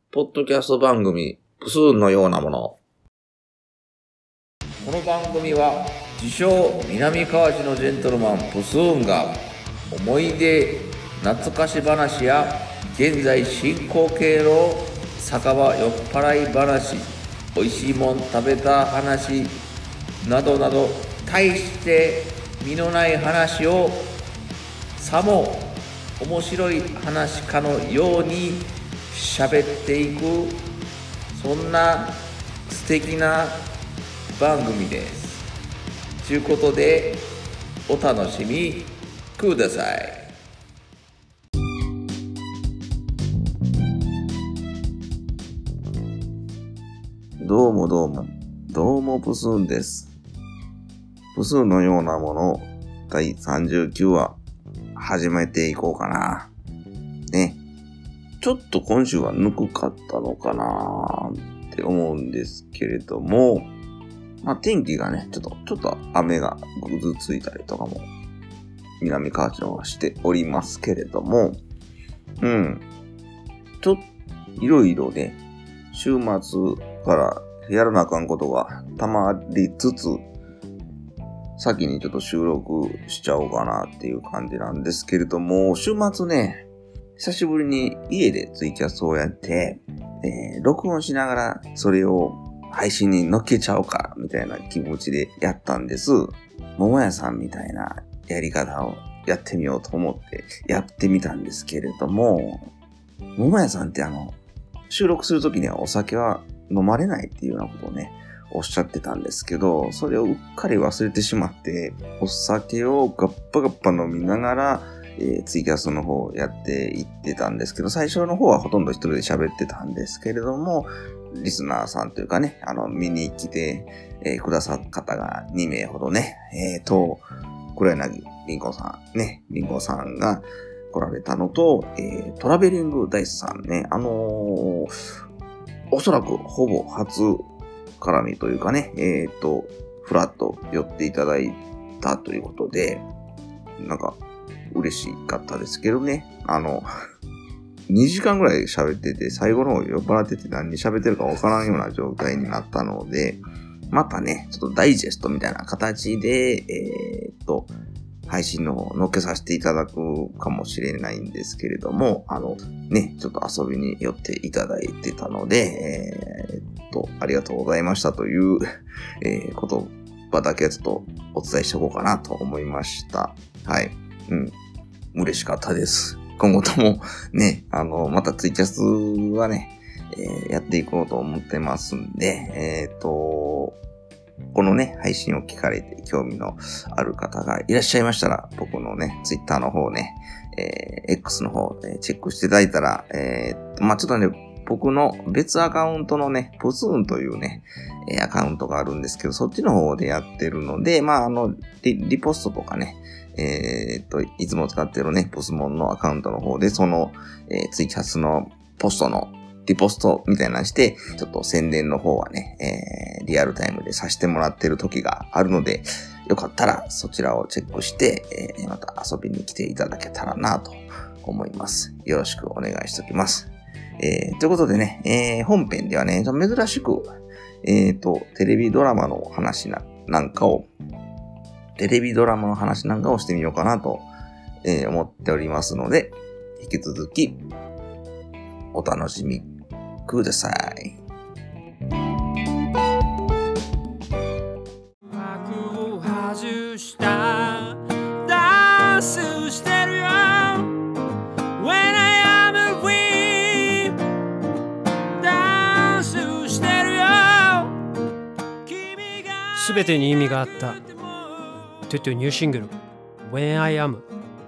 ポッドキャスト番組、プスーンのようなもの。この番組は、自称南河内のジェントルマン、プスーンが、思い出、懐かし話や、現在進行形の酒場酔っ払い話、美味しいもん食べた話、などなど、大して身のない話を、さも面白い話かのように喋っていく、そんな素敵な番組です。ということで、お楽しみください。どうもプスーンです。プスーンのようなもの第39話始めていこうかな。ね。ちょっと今週はぬくかったのかなって思うんですけれども、天気がね、ちょっと雨がぐずついたりとかも南河内の方はしておりますけれども、いろいろね、週末からやらなあかんことがたまりつつ、先にちょっと収録しちゃおうかなっていう感じなんですけれども、週末ね、久しぶりに家でツイキャスをやって、録音しながらそれを配信に乗っけちゃおうかみたいな気持ちでやったんです。桃屋さんみたいなやり方をやってみようと思ってやってみたんですけれども、桃屋さんって収録するときにはお酒は飲まれないっていうようなことをね、おっしゃってたんですけど、それをうっかり忘れてしまって、お酒をガッパガッパ飲みながら、ツイキャスの方をやっていってたんですけど、最初の方はほとんど一人で喋ってたんですけれども、リスナーさんというかね、見に来て、くださった方が2名ほどね、黒柳りんごさんね、りんごさんが来られたのと、トラベリングダイスさんね、おそらくほぼ初絡みというかね、フラッと寄っていただいたということで、なんか嬉しかったですけどね、2時間ぐらい喋ってて、最後の方酔っ払ってて何喋ってるかわからんような状態になったので、またね、ちょっとダイジェストみたいな形で、配信の方乗っけさせていただくかもしれないんですけれども、ちょっと遊びに寄っていただいてたので、ありがとうございましたという、言葉だけはちょっとお伝えしておこうかなと思いました。はい。嬉しかったです。今後ともね、またツイキャスはね、やっていこうと思ってますんで、このね、配信を聞かれて興味のある方がいらっしゃいましたら、僕のね、ツイッターの方ね、X の方、チェックしていただいたら、ちょっとね、僕の別アカウントのね、プスーンというね、アカウントがあるんですけど、そっちの方でやってるので、リポストとかね、いつも使ってるね、ポスモンのアカウントの方で、その、ツイキャスのポストのリポストみたいなのして、ちょっと宣伝の方はね、リアルタイムでさせてもらってる時があるので、よかったらそちらをチェックして、また遊びに来ていただけたらなと思います。よろしくお願いしておきます。ということでね、本編ではね、珍しく、テレビドラマの話なんかをしてみようかなと、思っておりますので、引き続きお楽しみください。幕を外したダンスしてるよ When I am free ダンスしてるよすべてに意味があったトゥトゥニューシングル When I Am。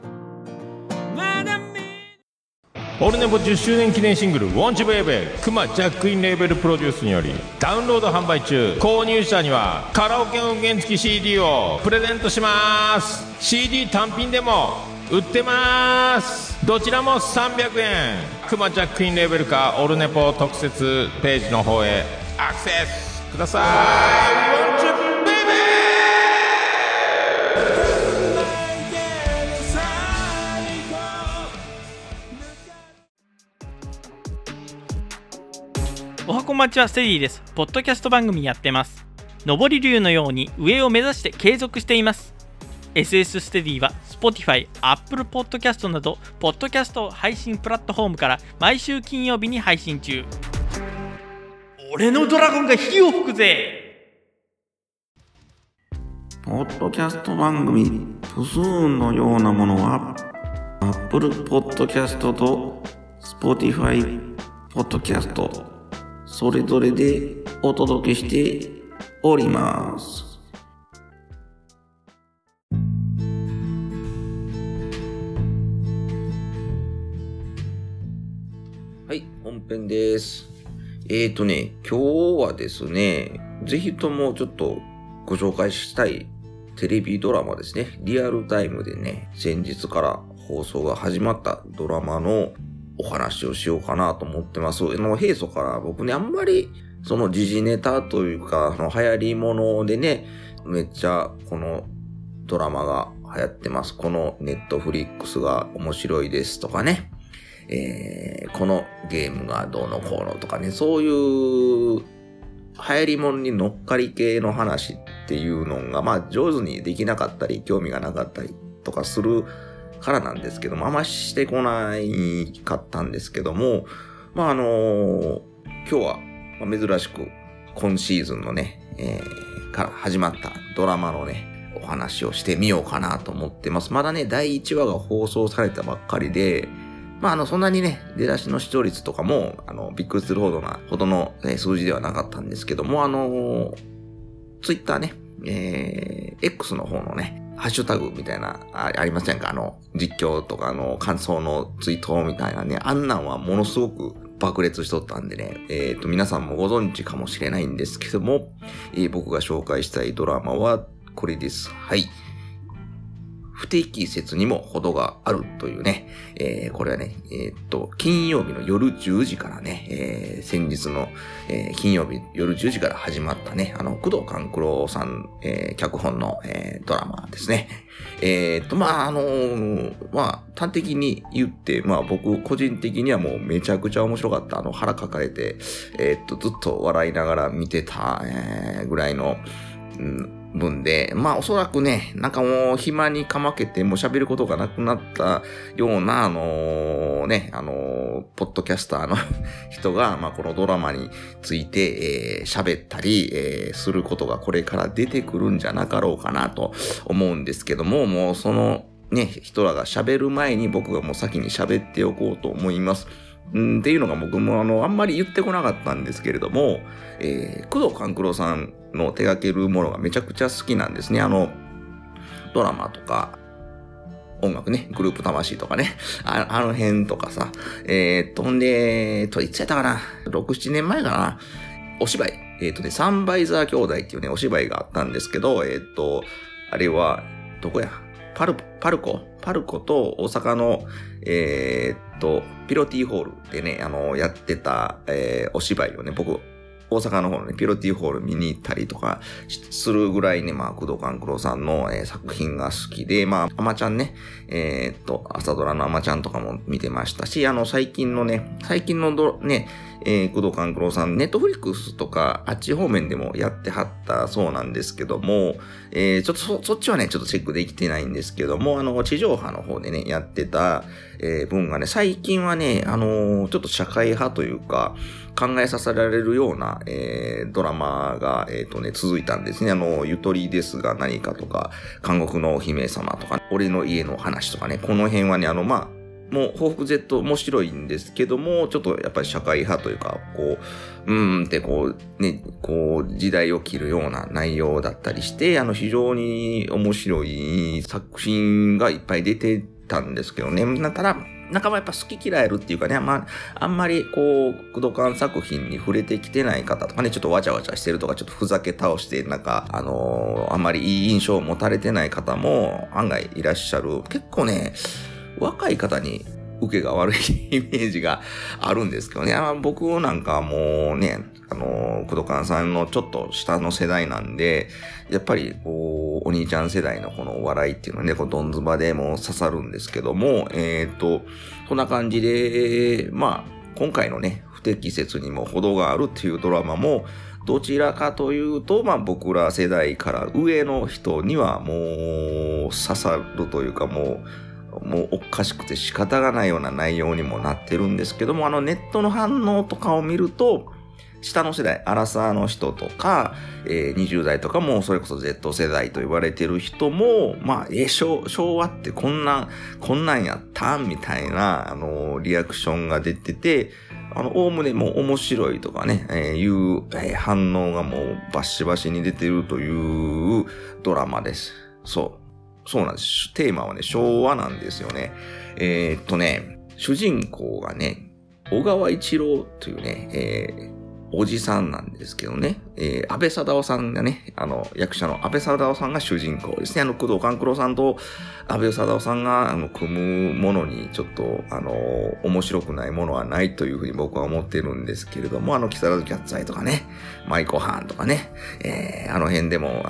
オルネポ10周年記念シングル「ウォンチベイベー」クマジャックインレーベルプロデュースによりダウンロード販売中。購入者にはカラオケ音源付き CD をプレゼントします。 CD 単品でも売ってます。どちらも300円。クマジャックインレーベルかオルネポ特設ページの方へアクセスください。ウォンチベイベーおはこんばんちは、ステディです。ポッドキャスト番組やってます。上り竜のように上を目指して継続しています。SS ステディは Spotify、Apple Podcast などポッドキャスト配信プラットフォームから毎週金曜日に配信中。俺のドラゴンが火を吹くぜ。 ポッドキャスト番組プスーンのようなものは Apple Podcast と Spotify Podcast それぞれでお届けしております。はい、本編です。今日はですね、ぜひともちょっとご紹介したいテレビドラマですね。リアルタイムでね、先日から放送が始まったドラマのお話をしようかなと思ってます。平素から僕ね、あんまりその時事ネタというか、流行り物でね、めっちゃこのドラマが流行ってます。このネットフリックスが面白いですとかね、このゲームがどうのこうのとかね、そういう流行り物に乗っかり系の話っていうのが、上手にできなかったり、興味がなかったりとかするからなんですけども、あんましてこないかったんですけども、今日は珍しく今シーズンのね、から始まったドラマのね、お話をしてみようかなと思ってます。まだね、第1話が放送されたばっかりで、そんなにね、出だしの視聴率とかも、びっくりするほどの、数字ではなかったんですけども、ツイッターね、X の方のね、ハッシュタグみたいな、ありませんか？実況とか感想のツイートみたいなね、あんなんはものすごく爆裂しとったんでね、皆さんもご存知かもしれないんですけども、僕が紹介したいドラマはこれです。はい。不適切にも程があるというね、これはね、金曜日の夜10時からね、先日の、金曜日夜10時から始まったね、工藤官九郎さん、脚本の、ドラマですね。端的に言って、僕個人的にはもうめちゃくちゃ面白かった。腹抱えて、ずっと笑いながら見てた、ぐらいの、分で、おそらくね、なんかもう暇にかまけてもう喋ることがなくなったような、ポッドキャスターの人が、このドラマについて、喋ったり、することがこれから出てくるんじゃなかろうかなと思うんですけども、もうそのね、人らが喋る前に僕がもう先に喋っておこうと思います。っていうのが僕もあんまり言ってこなかったんですけれども、工藤官九郎さんの手掛けるものがめちゃくちゃ好きなんですね。ドラマとか、音楽ね、グループ魂とかね、あの辺とかさ、ほんで、いつやったかな ?6、7年前かなお芝居。サンバイザー兄弟っていうね、お芝居があったんですけど、あれは、どこやパルコと大阪の、ピロティホールでね、やってた、お芝居をね、僕、大阪の方のね、ピロティホール見に行ったりとかするぐらいね、工藤官九郎さんの、作品が好きで、アマちゃんね、朝ドラのアマちゃんとかも見てましたし、最近の工藤官九郎さん、ネットフリックスとか、あっち方面でもやってはったそうなんですけども、ちょっとそっちはね、ちょっとチェックできてないんですけども、地上波の方でね、やってた、分がね、最近はね、ちょっと社会派というか、考えさせられるような、ドラマが、続いたんですね。ゆとりですが何かとか、監獄のお姫様とか、俺の家の話とかね、この辺はね、もう、報復 Z 面白いんですけども、ちょっとやっぱり社会派というか、時代を切るような内容だったりして、非常に面白い作品がいっぱい出てたんですけどね。ただ、仲間やっぱ好き嫌いあるっていうかね、あんまり工藤官作品に触れてきてない方とかね、ちょっとわちゃわちゃしてるとか、ちょっとふざけ倒して、あんまりいい印象を持たれてない方も案外いらっしゃる。結構ね、若い方に受けが悪いイメージがあるんですけどね。僕なんかもうね、工藤官さんのちょっと下の世代なんで、やっぱりお兄ちゃん世代のこのお笑いっていうのはね、どんずばでも刺さるんですけども、こんな感じで、今回のね、 不適切にも程があるっていうドラマも、どちらかというと、僕ら世代から上の人にはもう刺さるというかもうおかしくて仕方がないような内容にもなってるんですけども、ネットの反応とかを見ると、下の世代、アラサーの人とか、20代とかも、それこそ Z 世代と言われてる人も、昭和ってこんなんやったんみたいな、リアクションが出てて、おおむねもう面白いとかね、いう反応がもうバシバシに出てるというドラマです。そうなんです。テーマはね、昭和なんですよね。主人公がね、小川一郎というね、おじさんなんですけどね、安倍貞夫さんがね、役者の安倍貞夫さんが主人公ですね。工藤官九郎さんと安倍貞夫さんが、組むものにちょっと、面白くないものはないというふうに僕は思ってるんですけれども、木更津キャッツアイとかね、舞妓ハンとかね、あの辺でも、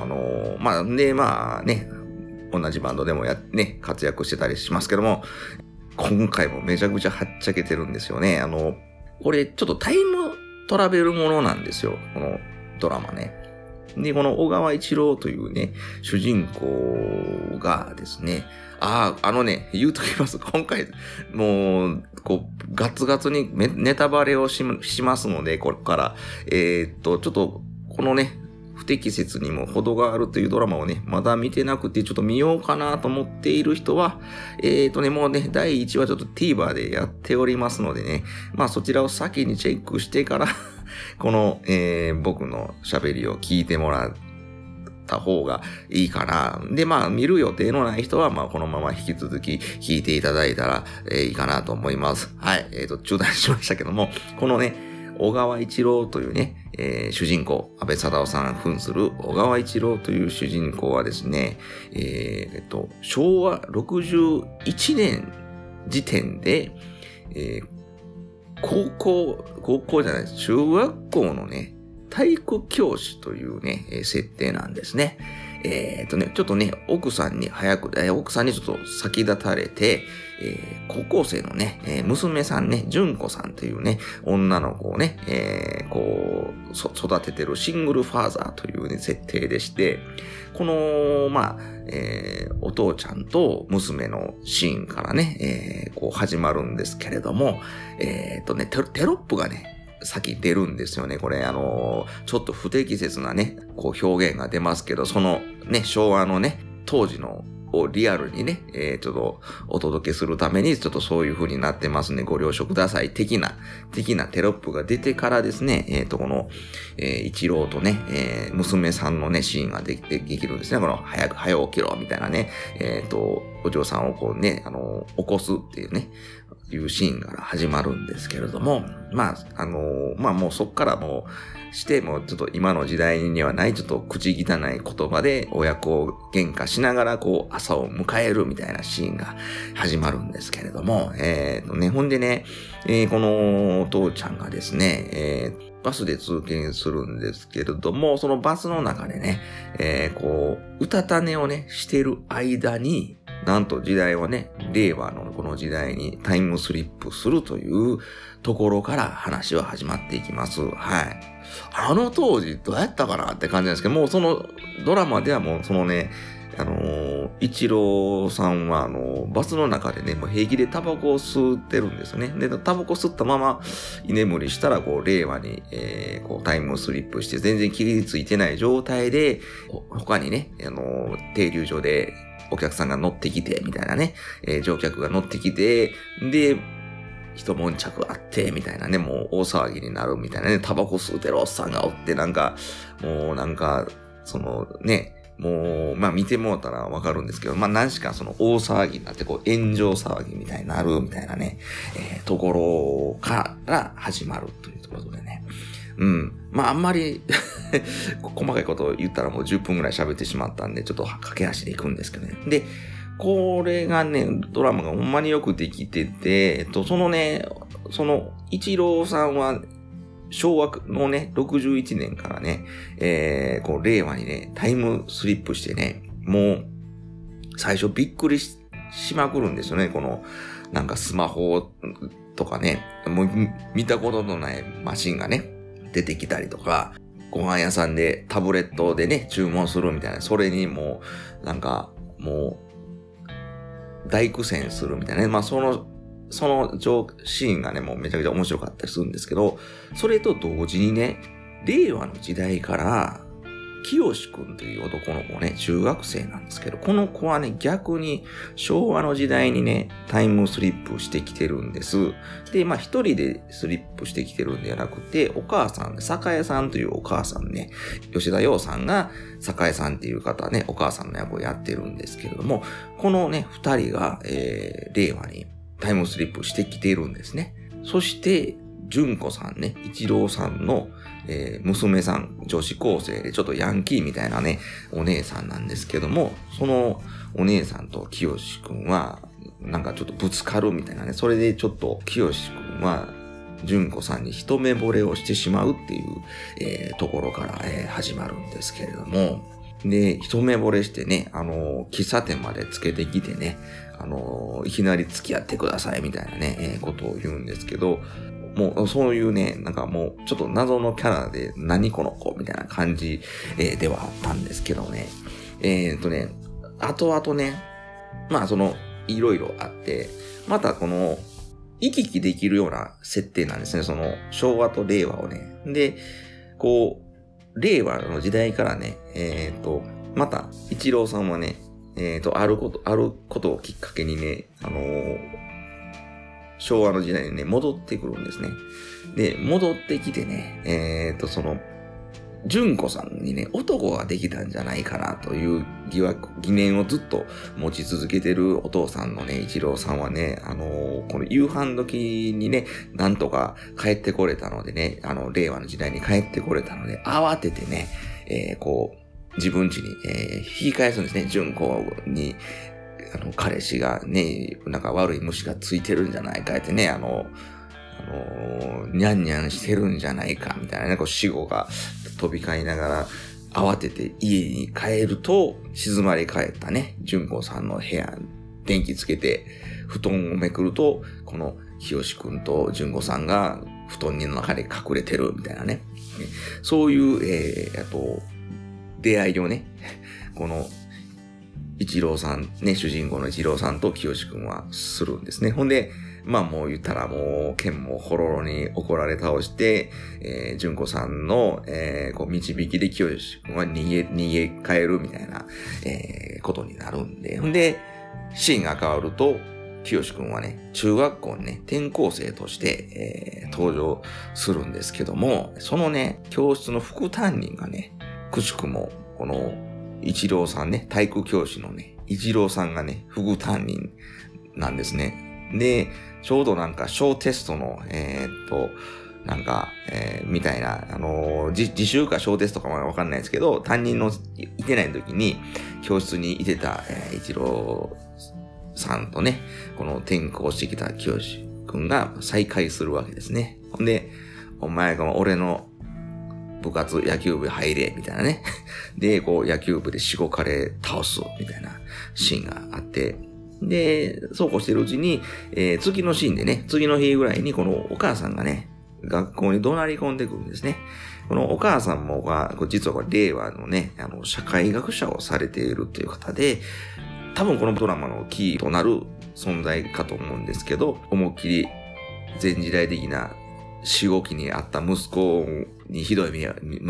同じバンドでも活躍してたりしますけども、今回もめちゃくちゃはっちゃけてるんですよね。これちょっとタイムトラベルものなんですよ、このドラマね。で、この小川一郎というね、主人公がですね、言うときます。今回、もう、ガツガツにネタバレをしますので、これから、ちょっと、このね、不適切にも程があるというドラマをね、まだ見てなくてちょっと見ようかなと思っている人は、もうね、第1話ちょっと TVer でやっておりますのでね、そちらを先にチェックしてから、この、僕の喋りを聞いてもらった方がいいかな。で、見る予定のない人は、このまま引き続き聞いていただいたら、いいかなと思います。はい。中断しましたけども、このね、小川一郎というね、主人公、安倍貞夫さん扮する小川一郎という主人公はですね、昭和61年時点で、高校じゃないです。中学校のね、体育教師というね、設定なんですね。ちょっとね、奥さんにちょっと先立たれて、高校生のね、娘さんね、純子さんというね、女の子をね、育ててるシングルファーザーというね、設定でして、この、お父ちゃんと娘のシーンからね、始まるんですけれども、テロップがね、先出るんですよね。これ、ちょっと不適切なね、表現が出ますけど、そのね、昭和のね、当時のをリアルにね、ちょっとお届けするために、ちょっとそういう風になってますね。ご了承ください。的なテロップが出てからですね、この、一郎とね、娘さんのね、シーンができるんですね。この、早起きろ、みたいなね、お嬢さんを起こすっていうね、いうシーンから始まるんですけれども、もうそっからもうしてもちょっと今の時代にはないちょっと口汚い言葉で親子を喧嘩しながら朝を迎えるみたいなシーンが始まるんですけれども、ほんでね、このお父ちゃんがですね、バスで通勤するんですけれども、そのバスの中でね、うたた寝をね、してる間に、なんと時代はね、令和のこの時代にタイムスリップするというところから話は始まっていきます。はい。当時どうやったかなって感じなんですけど、もうそのドラマではもうそのね、一郎さんはバスの中でね、もう平気でタバコを吸ってるんですよね。で、タバコ吸ったまま居眠りしたら、令和に、タイムスリップして全然切りついてない状態で、他にね、停留所でお客さんが乗ってきて、みたいなね、乗客が乗ってきて、で、一悶着あって、みたいなね、もう大騒ぎになるみたいなね、タバコ吸うてるおっさんがおって、もう、見てもうたらわかるんですけど、何しかその大騒ぎになって炎上騒ぎみたいになるみたいなね、ところから始まるというところでね。あんまり細かいことを言ったらもう10分ぐらい喋ってしまったんで、ちょっと駆け足で行くんですけどね。で、これがね、ドラマがほんまによくできてて、その一郎さんは、昭和のね、61年からね、令和にね、タイムスリップしてね、もう、最初びっくりしまくるんですよね。スマホとかね、もう見たことのないマシンがね、出てきたりとか、ご飯屋さんでタブレットでね、注文するみたいな、それにもう、なんか、もう、大苦戦するみたいなね。まあ、そのシーンがね、もうめちゃくちゃ面白かったりするんですけど、それと同時にね、令和の時代から、清くんという男の子ね、中学生なんですけど、この子はね、逆に昭和の時代にね、タイムスリップしてきてるんです。で、まあ一人でスリップしてきてるんではなくて、お母さん、栄さんというお母さんね、吉田洋さんが栄さんっていう方ね、お母さんの役をやってるんですけれども、このね、二人が、令和にタイムスリップしてきているんですね。そして、純子さんね、一郎さんの、娘さん、女子高生でちょっとヤンキーみたいなね、お姉さんなんですけども、そのお姉さんと清くんは、なんかちょっとぶつかるみたいなね、それでちょっと清くんは、純子さんに一目惚れをしてしまうっていう、ところから、始まるんですけれども、で、一目惚れしてね、喫茶店までつけてきてね、いきなり付き合ってくださいみたいなね、ことを言うんですけど、もうそういうね、なんかもうちょっと謎のキャラで何この子みたいな感じ、ではあったんですけどね。後々ね、まあいろいろあって、またこの、行き来できるような設定なんですね。その昭和と令和をね。で、こう、令和の時代からね、また一郎さんはね、あることをきっかけにね、昭和の時代にね、戻ってくるんですね。で、戻ってきてね、純子さんにね、男ができたんじゃないかなという疑念をずっと持ち続けてるお父さんのね、一郎さんはね、この夕飯時にね、なんとか帰ってこれたのでね、令和の時代に帰ってこれたので、慌ててね、自分家に、引き返すんですね、純子に。彼氏がね、なんか悪い虫がついてるんじゃないかってね、にゃんにゃんしてるんじゃないかみたいなね、死後が飛び交いながら慌てて家に帰ると、静まり返ったね、純子さんの部屋、電気つけて、布団をめくると、この清くんと純子さんが布団の中で隠れてるみたいなね、そういう、出会いをね、この一郎さん、ね、主人公の一郎さんと清くんはするんですね。ほんで、まあもう言ったらもう、剣もほろろに怒られ倒して、純子さんの、導きで清くんは逃げ帰るみたいな、ことになるんで。ほんで、シーンが変わると、清くんはね、中学校にね、転校生として、登場するんですけども、そのね、教室の副担任がね、くしくも、この、一郎さんね、体育教師のね、一郎さんがね、副担任なんですね。で、ちょうどなんか小テストの、なんか、みたいな、自習か小テストかはわかんないですけど、担任のいてない時に、教室にいてた、一郎さんとね、この転校してきた教師くんが再会するわけですね。ほんで、お前が俺の部活、野球部入れ、みたいなね。で、野球部でしごかれ倒す、みたいなシーンがあって。で、そうこうしてるうちに、次のシーンでね、次の日ぐらいにこのお母さんがね、学校に怒鳴り込んでくるんですね。このお母さんも実は令和のね、社会学者をされているという方で、多分このドラマのキーとなる存在かと思うんですけど、思いっきり前時代的な死後期にあった息子にひどい目に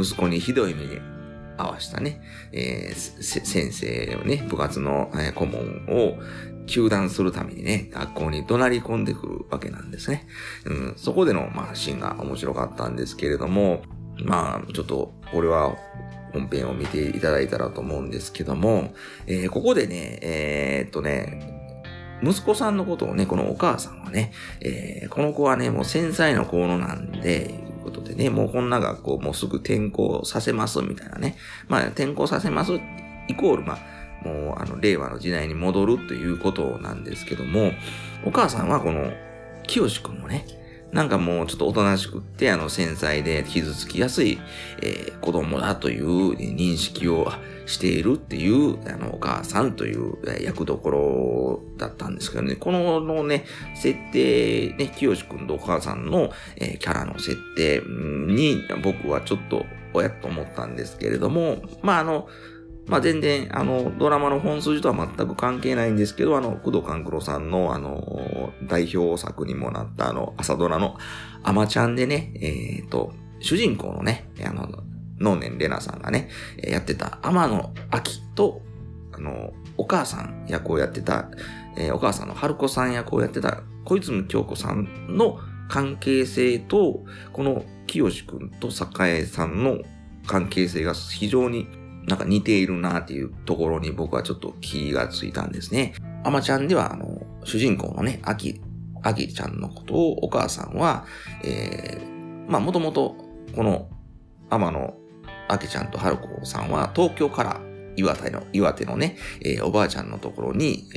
合わしたね、先生をね、部活の顧問を糾弾するためにね、学校に怒鳴り込んでくるわけなんですね。そこでの、シーンが面白かったんですけれども、ちょっと、これは本編を見ていただいたらと思うんですけども、ここでね、息子さんのことをね、このお母さんはね、この子はね、もう繊細な子なんで、いうことでね、もうこんな学校もうすぐ転校させます、みたいなね。転校させます、イコール、もう令和の時代に戻るということなんですけども、お母さんはこの、清くんをね、 なんかもうちょっとおとなしくって、繊細で傷つきやすい、子供だという認識をしているっていう、お母さんという役どころだったんですけどね、このね、設定、ね、清くんとお母さんの、キャラの設定に僕はちょっとおやっと思ったんですけれども、全然、ドラマの本筋とは全く関係ないんですけど、工藤官九郎さんの、代表作にもなった、朝ドラの、あまちゃんでね、主人公のね、能年玲奈さんがね、やってた天野秋と、お母さん役をやってた、お母さんの春子さん役をやってた小泉京子さんの関係性と、この清くんと栄さんの関係性が非常になんか似ているなっていうところに僕はちょっと気がついたんですね。あまちゃんでは主人公のね、あきちゃんのことをお母さんは、もともとこの天野あきちゃんと春子さんは東京から岩手のね、おばあちゃんのところに、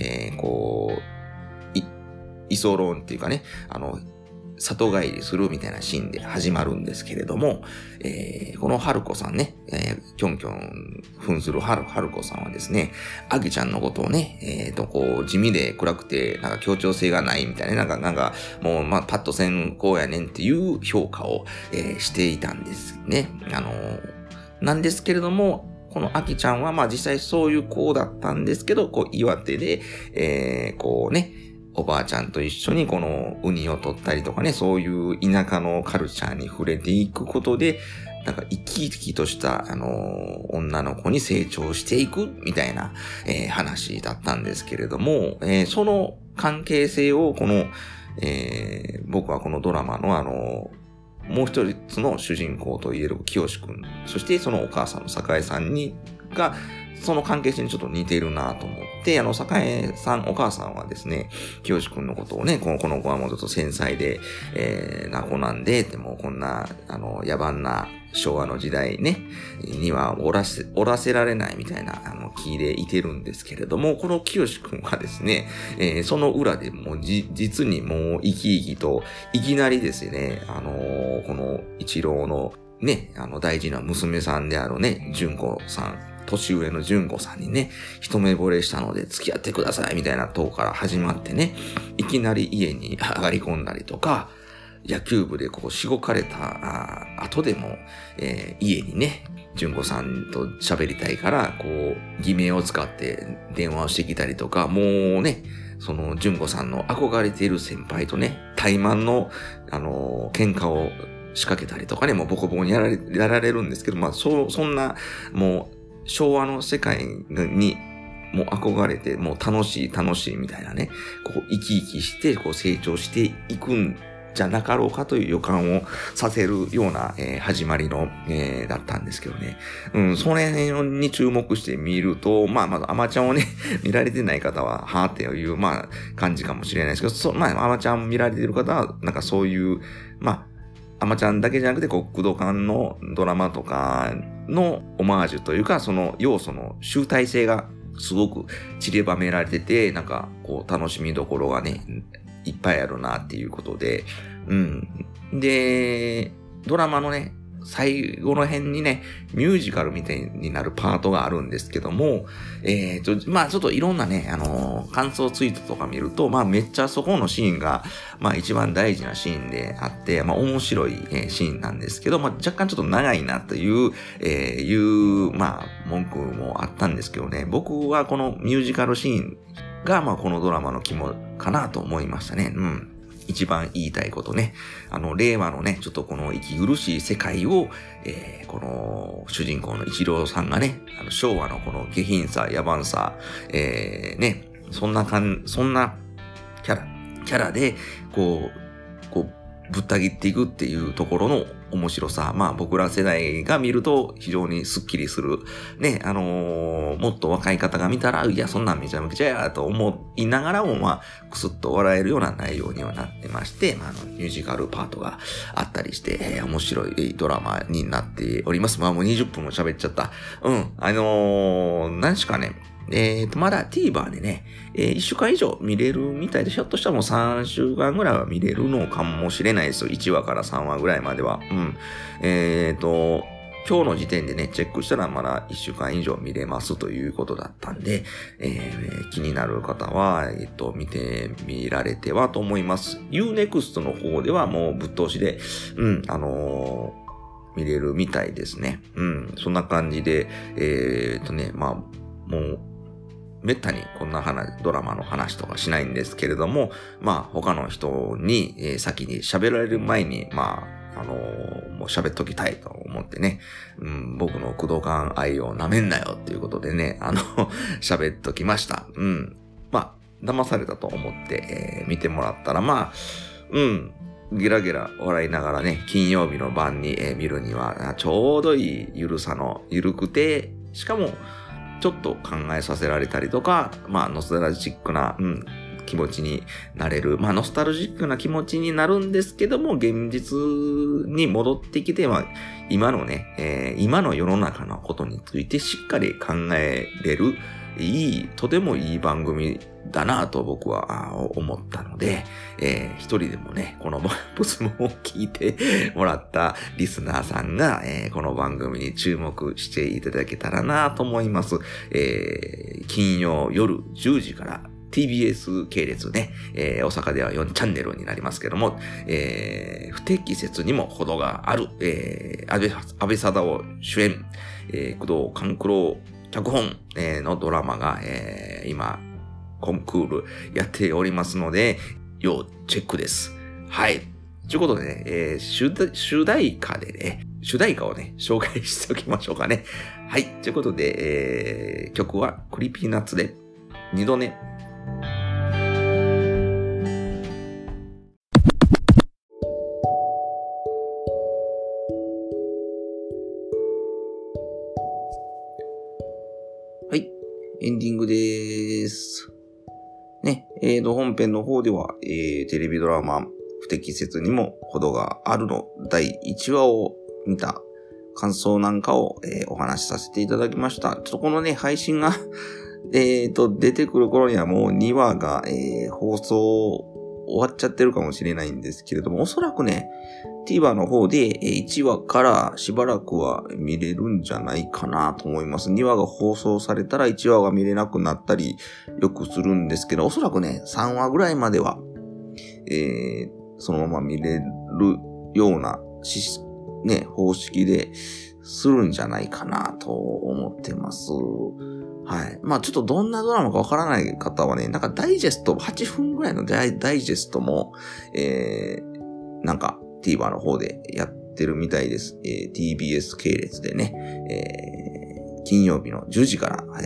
居候っていうかね、里帰りするみたいなシーンで始まるんですけれども、この春子さんね、キョンキョン扮する春子さんはですね、あきちゃんのことをね、地味で暗くて、なんか協調性がないみたいな、なんか、もう、パッとせんこうやねんっていう評価を、していたんですね。なんですけれども、このあきちゃんは、実際そういう子だったんですけど、岩手で、おばあちゃんと一緒にこのウニを取ったりとかね、そういう田舎のカルチャーに触れていくことで、なんか生き生きとした女の子に成長していくみたいな、話だったんですけれども、その関係性を僕はこのドラマのもう一つの主人公といえる清くん、そしてそのお母さんの栄さんがその関係性にちょっと似ているなと思って、栄さん、お母さんはですね、清くんのことをね、この子はもうちょっと繊細で、な子なんで、でもこんな、野蛮な昭和の時代ね、にはおらせられないみたいな、気でいてるんですけれども、この清くんはですね、その裏でもう実にもう生き生きと、いきなりですね、この一郎のね、大事な娘さんであるね、純子さん、年上の純子さんにね、一目惚れしたので付き合ってくださいみたいなとこから始まってね、いきなり家に上がり込んだりとか、野球部でしごかれた後でも、家にね、純子さんと喋りたいから、偽名を使って電話をしてきたりとか、もうね、その純子さんの憧れている先輩とね、対マンの、喧嘩を仕掛けたりとかね、もうボコボコにやられるんですけど、そんな、もう、昭和の世界にもう憧れて、もう楽しいみたいなね、生き生きして、成長していくんじゃなかろうかという予感をさせるような、始まりの、だったんですけどね。それに注目してみると、まずアマちゃんをね、見られてない方は、はぁっていう、感じかもしれないですけど、アマちゃんを見られている方は、なんかそういう、アマちゃんだけじゃなくて、工藤館のドラマとかのオマージュというか、その要素の集大成がすごく散りばめられてて、なんか楽しみどころがね、いっぱいあるなっていうことで、で、ドラマのね、最後の辺にね、ミュージカルみたいになるパートがあるんですけども、ちょっといろんなね、感想ツイートとか見ると、めっちゃそこのシーンが、一番大事なシーンであって、面白いシーンなんですけど、若干ちょっと長いなという、文句もあったんですけどね、僕はこのミュージカルシーンが、このドラマの肝かなと思いましたね。一番言いたいことね。令和のね、ちょっとこの息苦しい世界を、この主人公の一郎さんがね、昭和のこの下品さ、野蛮さ、ね、そんなキャラで、ぶった切っていくっていうところの面白さ。僕ら世代が見ると非常にスッキリする。ね、もっと若い方が見たら、いや、そんなんめちゃめちゃやと思いながらも、くすっと笑えるような内容にはなってまして、ミュージカルパートがあったりして、面白いドラマになっております。もう20分も喋っちゃった。何しかね、 まだ TVer でね、1週間以上見れるみたいで、ひょっとしたらもう3週間ぐらいは見れるのかもしれないですよ。1話から3話ぐらいまでは。今日の時点でね、チェックしたらまだ1週間以上見れますということだったんで、気になる方は、見てみられてはと思います。Unext の方ではもうぶっ通しで、見れるみたいですね。そんな感じで、もう、めったにこんなドラマの話とかしないんですけれども、他の人に、先に喋られる前に、もう喋っときたいと思ってね、僕の工藤館愛を舐めんなよっていうことでね、喋っときました。騙されたと思って、見てもらったら、ゲラゲラ笑いながらね、金曜日の晩に、見るには、ちょうどいい緩くて、しかも、ちょっと考えさせられたりとか、ノスタルジックな、気持ちになれる。ノスタルジックな気持ちになるんですけども、現実に戻ってきては、今の世の中のことについてしっかり考えれる、とてもいい番組だなと僕は思ったので、一人でもね、このボスモを聞いてもらったリスナーさんが、この番組に注目していただけたらなと思います。金曜夜10時から、TBS 系列ね、大阪では4チャンネルになりますけども、不適切にも程がある、安倍貞夫主演、工藤官九郎脚本、のドラマが、今、コンクールやっておりますので、要チェックです。はい。ということでね、主題歌でね、主題歌をね、紹介しておきましょうかね。はい。ということで、曲はクリーピーナッツで2度寝。はい。エンディングでーす。ね、本編の方では、テレビドラマ、不適切にも程があるの第1話を見た感想なんかを、お話しさせていただきました。ちょっとこのね、配信が出てくる頃にはもう2話が、放送終わっちゃってるかもしれないんですけれども、おそらくね、TVer の方で1話からしばらくは見れるんじゃないかなと思います。2話が放送されたら1話が見れなくなったりよくするんですけど、おそらくね、3話ぐらいまでは、そのまま見れるような、方式でするんじゃないかなと思ってます。はい。ちょっとどんなドラマかわからない方はね、なんかダイジェスト、8分ぐらいのダイジェストも、なんか TVer の方でやってるみたいです。TBS 系列でね、金曜日の10時から、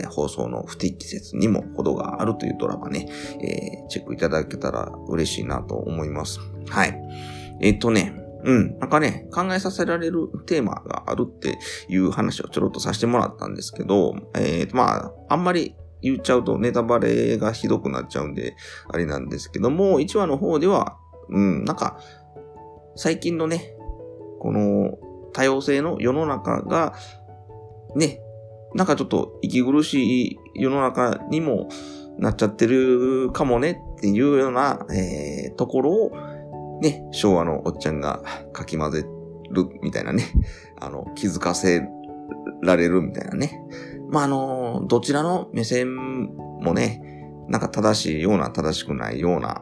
放送の不適切にも程があるというドラマね、チェックいただけたら嬉しいなと思います。はい。なんかね、考えさせられるテーマがあるっていう話をちょろっとさせてもらったんですけど、あんまり言っちゃうとネタバレがひどくなっちゃうんで、あれなんですけども、1話の方では、なんか、最近のね、この多様性の世の中が、ね、なんかちょっと息苦しい世の中にもなっちゃってるかもねっていうような、ところを、ね、昭和のおっちゃんがかき混ぜるみたいなね、気づかせられるみたいなね。どちらの目線もね、なんか正しいような正しくないような、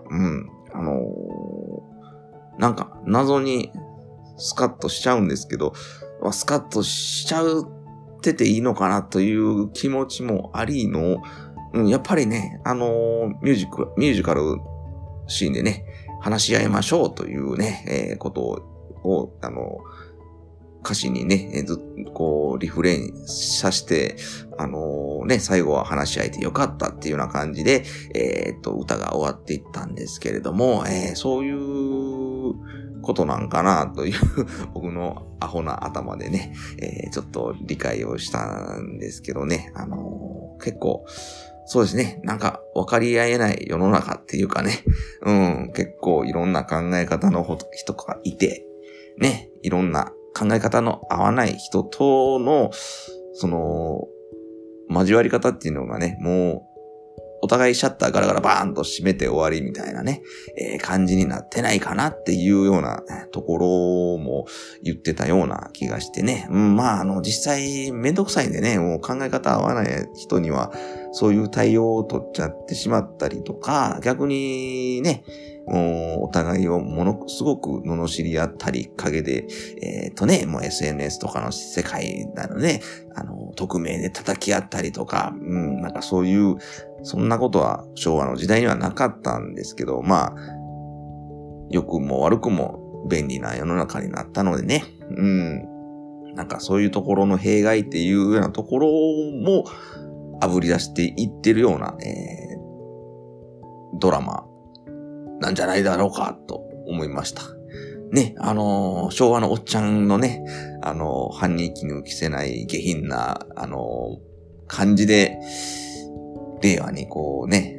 なんか謎にスカッとしちゃうんですけど、スカッとしちゃってていいのかなという気持ちもありの、やっぱりね、ミュージカルシーンでね、話し合いましょうというね、ことを、歌詞にね、ずっとこう、リフレインさせて、最後は話し合えてよかったっていうような感じで、歌が終わっていったんですけれども、そういうことなんかなという僕のアホな頭でね、ちょっと理解をしたんですけどね、結構、そうですね。なんか分かり合えない世の中っていうかね。結構いろんな考え方の人がいて、ね、いろんな考え方の合わない人との、 交わり方っていうのがね、もう、お互いシャッターガラガラバーンと閉めて終わりみたいなね、感じになってないかなっていうようなところも言ってたような気がしてね。まあ、実際めんどくさいんでね、もう考え方合わない人にはそういう対応を取っちゃってしまったりとか、逆にね、もうお互いをものすごく罵り合ったり、陰で、もう SNS とかの世界なので、匿名で叩き合ったりとか、なんかそういう、そんなことは昭和の時代にはなかったんですけど、まあ、良くも悪くも便利な世の中になったのでね、なんかそういうところの弊害っていうようなところも炙り出していってるような、ドラマなんじゃないだろうかと思いました。ね、昭和のおっちゃんのね、歯に衣着せない下品な、感じで、令和にこうね、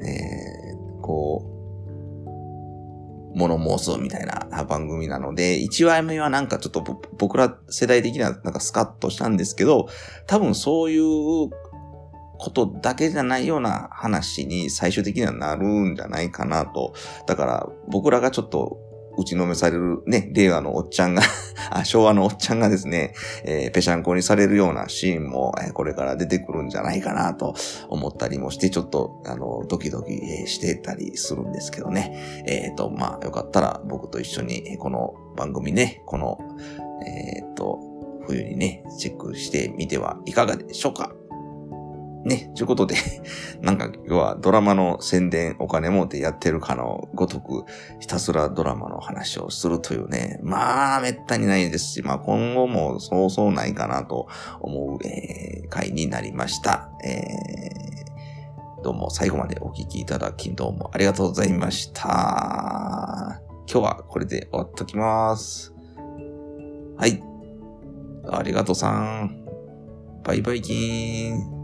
物申すみたいな番組なので、1話目はなんかちょっと僕ら世代的にはなんかスカッとしたんですけど、多分そういうことだけじゃないような話に最終的にはなるんじゃないかなと。だから僕らがちょっと打ちのめされるね、令和のおっちゃんが昭和のおっちゃんがですね、ぺしゃんこにされるようなシーンも、これから出てくるんじゃないかなと思ったりもして、ちょっとドキドキしてたりするんですけどね。まあよかったら僕と一緒にこの番組ね、この冬にねチェックしてみてはいかがでしょうか。ね、ということで、なんか今日はドラマの宣伝お金儲けやってるかのごとくひたすらドラマの話をするというね、まあめったにないですし、まあ今後もそうそうないかなと思う、回になりました。どうも最後までお聞きいただきどうもありがとうございました。今日はこれで終わっときます。はい。ありがとうさん。バイバイキーン。